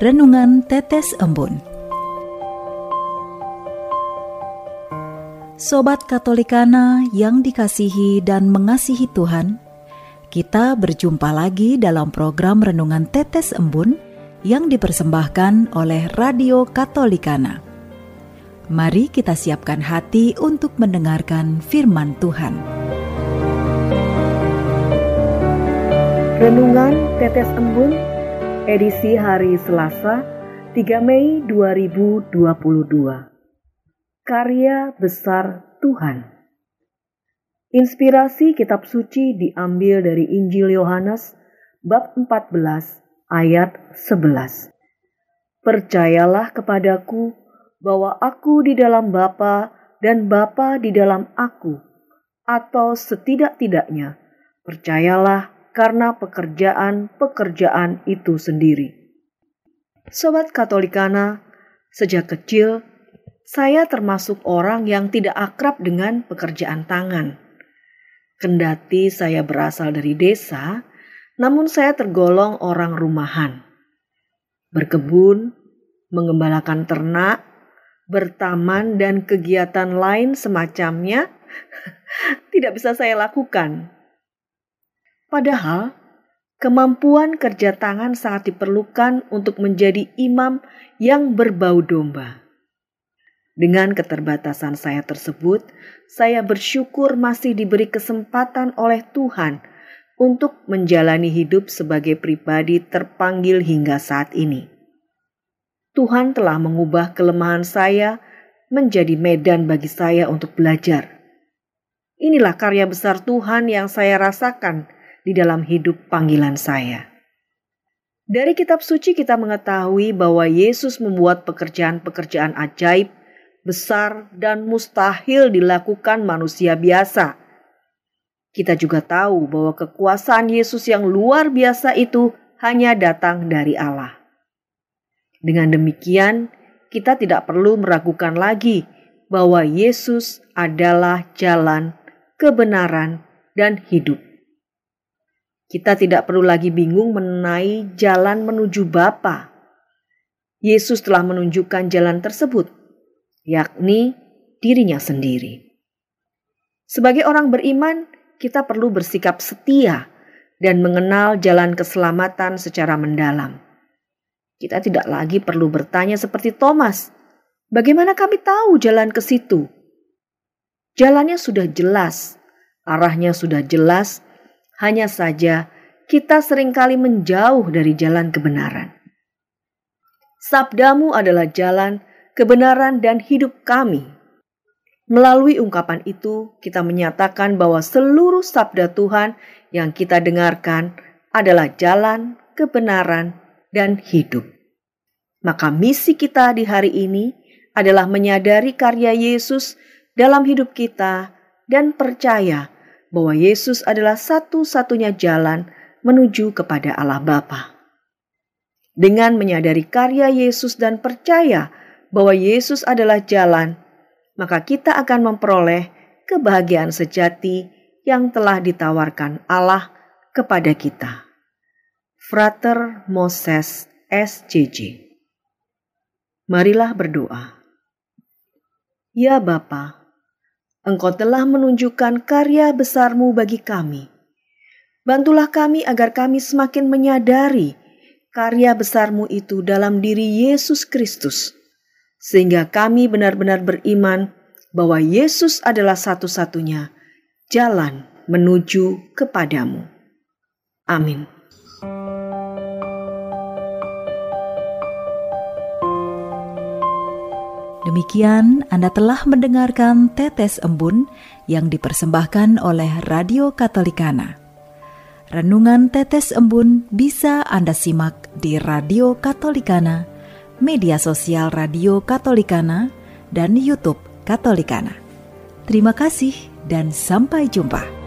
Renungan Tetes Embun. Sobat Katolikana yang dikasihi dan mengasihi Tuhan, kita berjumpa lagi dalam program Renungan Tetes Embun yang dipersembahkan oleh Radio Katolikana. Mari kita siapkan hati untuk mendengarkan firman Tuhan. Renungan Tetes Embun, edisi hari Selasa, 3 Mei 2022. Karya besar Tuhan. Inspirasi kitab suci diambil dari Injil Yohanes bab 14 ayat 11. Percayalah kepadaku bahwa aku di dalam Bapa dan Bapa di dalam aku, atau setidak-tidaknya percayalah karena pekerjaan-pekerjaan itu sendiri. Sobat Katolikana, sejak kecil saya termasuk orang yang tidak akrab dengan pekerjaan tangan. Kendati saya berasal dari desa, namun saya tergolong orang rumahan. Berkebun, mengembalakan ternak, bertaman dan kegiatan lain semacamnya tidak bisa saya lakukan. Padahal, kemampuan kerja tangan sangat diperlukan untuk menjadi imam yang berbau domba. Dengan keterbatasan saya tersebut, saya bersyukur masih diberi kesempatan oleh Tuhan untuk menjalani hidup sebagai pribadi terpanggil hingga saat ini. Tuhan telah mengubah kelemahan saya menjadi medan bagi saya untuk belajar. Inilah karya besar Tuhan yang saya rasakan di dalam hidup panggilan saya. Dari kitab suci kita mengetahui bahwa Yesus membuat pekerjaan-pekerjaan ajaib, besar dan mustahil dilakukan manusia biasa. Kita juga tahu bahwa kekuasaan Yesus yang luar biasa itu hanya datang dari Allah. Dengan demikian, kita tidak perlu meragukan lagi bahwa Yesus adalah jalan, kebenaran, dan hidup. Kita tidak perlu lagi bingung mengenai jalan menuju Bapa. Yesus telah menunjukkan jalan tersebut, yakni dirinya sendiri. Sebagai orang beriman, kita perlu bersikap setia dan mengenal jalan keselamatan secara mendalam. Kita tidak lagi perlu bertanya seperti Thomas, bagaimana kami tahu jalan ke situ? Jalannya sudah jelas, arahnya sudah jelas, hanya saja kita seringkali menjauh dari jalan kebenaran. Sabdamu adalah jalan, kebenaran dan hidup kami. Melalui ungkapan itu, kita menyatakan bahwa seluruh sabda Tuhan yang kita dengarkan adalah jalan, kebenaran, dan hidup. Maka misi kita di hari ini adalah menyadari karya Yesus dalam hidup kita dan percaya bahwa Yesus adalah satu-satunya jalan menuju kepada Allah Bapa. Dengan menyadari karya Yesus dan percaya bahwa Yesus adalah jalan, maka kita akan memperoleh kebahagiaan sejati yang telah ditawarkan Allah kepada kita. Frater Moses SJJ. Marilah berdoa. Ya Bapa, Engkau telah menunjukkan karya besar-Mu bagi kami. Bantulah kami agar kami semakin menyadari karya besar-Mu itu dalam diri Yesus Kristus, sehingga kami benar-benar beriman bahwa Yesus adalah satu-satunya jalan menuju kepadamu. Amin. Demikian Anda telah mendengarkan Tetes Embun yang dipersembahkan oleh Radio Katolikana. Renungan Tetes Embun bisa Anda simak di Radio Katolikana, media sosial Radio Katolikana, dan YouTube Katolikana. Terima kasih dan sampai jumpa.